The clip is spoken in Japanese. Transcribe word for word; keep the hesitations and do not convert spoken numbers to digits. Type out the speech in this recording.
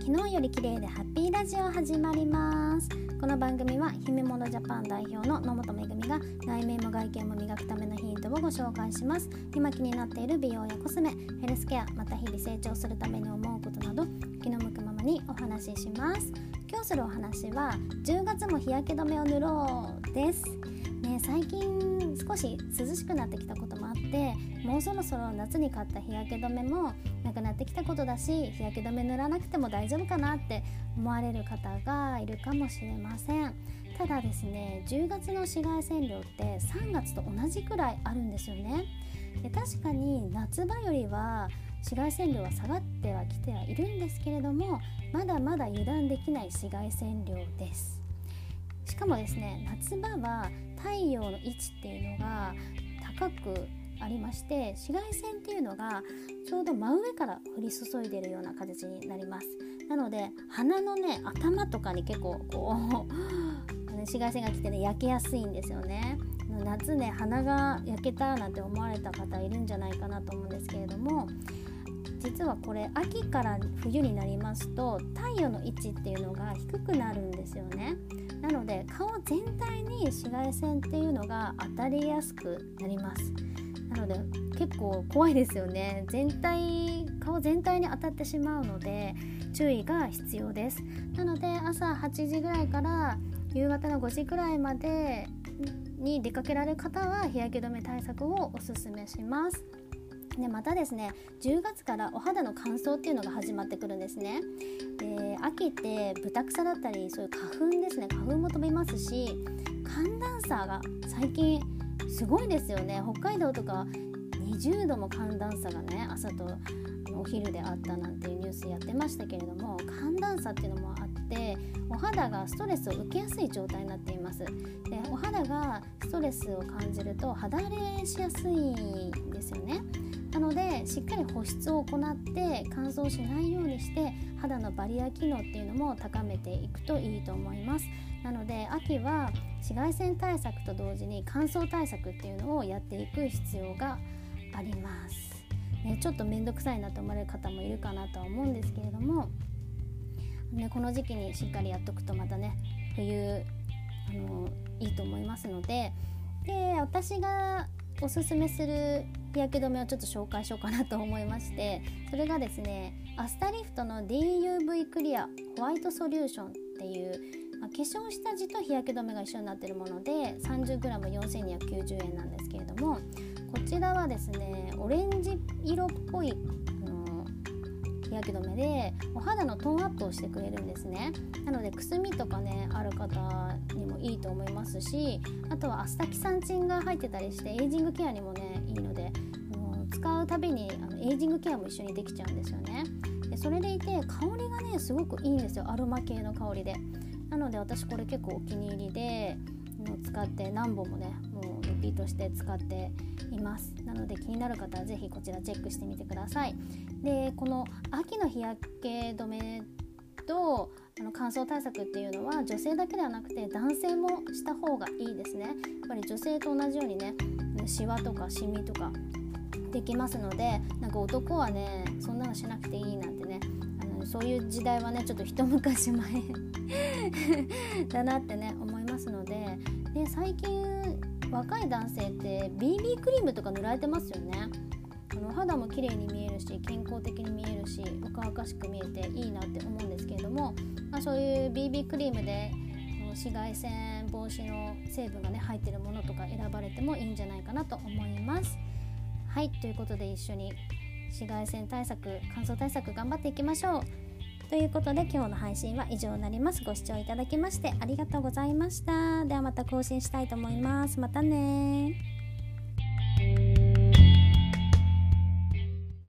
昨日より綺麗でハッピーラジオ始まります。この番組は姫モノジャパン代表の野本めぐみが内面も外見も磨くためのヒントをご紹介します。今気になっている美容やコスメ、ヘルスケア、また日々成長するために思うことなど気の向くままにお話しします。今日するお話はじゅうがつも日焼け止めを塗ろうです、ね、最近少し涼しくなってきたこともあってもうそろそろ夏に買った日焼け止めもなくなってきたことだし、日焼け止め塗らなくても大丈夫かなって思われる方がいるかもしれません。ただですね、じゅうがつの紫外線量ってさんがつと同じくらいあるんですよね。で確かに夏場よりは紫外線量は下がってはきてはいるんですけれども、まだまだ油断できない紫外線量です。しかもですね、夏場は太陽の位置っていうのが高くありまして、紫外線っていうのがちょうど真上から降り注いでいるような形になります。なので鼻のね頭とかに結構こう紫外線が来てね焼けやすいんですよね。夏ね鼻が焼けたなんて思われた方いるんじゃないかなと思うんですけれども、実はこれ秋から冬になりますと太陽の位置っていうのが低くなるんですよね。なので顔全体に紫外線っていうのが当たりやすくなります。なので結構怖いですよね。全体顔全体に当たってしまうので注意が必要です。なので朝はちじぐらいから夕方のごじぐらいまでに出かけられる方は日焼け止め対策をおすすめします。でまたですね、じゅうがつからお肌の乾燥っていうのが始まってくるんですね。で秋ってブタクサだったりそういう花粉ですね、花粉も飛びますし、寒暖差が最近すごいですよね。北海道とかにじゅうども寒暖差がね朝とお昼であったなんていうニュースやってましたけれども、寒暖差っていうのもあってお肌がストレスを受けやすい状態になっています。でお肌がストレスを感じると肌荒れしやすいんですよね。なのでしっかり保湿を行って乾燥しないようにして肌のバリア機能っていうのも高めていくといいと思います。なので秋は紫外線対策と同時に乾燥対策っていうのをやっていく必要があります、ね、ちょっと面倒くさいなと思われる方もいるかなとは思うんですけれども、ね、この時期にしっかりやっとくとまたね冬あのいいと思いますので、で私がおすすめする日焼け止めをちょっと紹介しようかなと思いまして、それがですねアスタリフトの ディーユーブイ クリアホワイトソリューションっていう、まあ、化粧下地と日焼け止めが一緒になっているもので さんじゅうグラムよんせんにひゃくきゅうじゅうえんなんですけれども、こちらはですねオレンジ色っぽいあの日焼け止めでお肌のトーンアップをしてくれるんですね。なのでくすみとかねある方にもいいと思いますし、あとはアスタキサンチンが入ってたりしてエイジングケアにもねいいので、もう使うたびにあのエイジングケアも一緒にできちゃうんですよね。でそれでいて香りがねすごくいいんですよ、アロマ系の香りで。なので私これ結構お気に入りでもう使って何本もねもうリピートして使っています。なので気になる方はぜひこちらチェックしてみてください。でこの秋の日焼け止めとあの乾燥対策っていうのは女性だけではなくて男性もした方がいいですね。やっぱり女性と同じようにねシワとかシミとかできますので、なんか男はねそんなのしなくていいなんてね、あのそういう時代はねちょっと一昔前だなってね思いますので、で最近若い男性って ビービー クリームとか塗られてますよね。あの肌も綺麗に見えるし健康的に見えるし若々しく見えていいなって思うんですけれども、まあ、そういう ビービー クリームで紫外線防止の成分がね入っているものとか選ばれてもいいんじゃないかなと思います。はい、ということで一緒に紫外線対策乾燥対策頑張っていきましょう。ということで今日の配信は以上になります。ご視聴いただきましてありがとうございました。ではまた更新したいと思います。またね。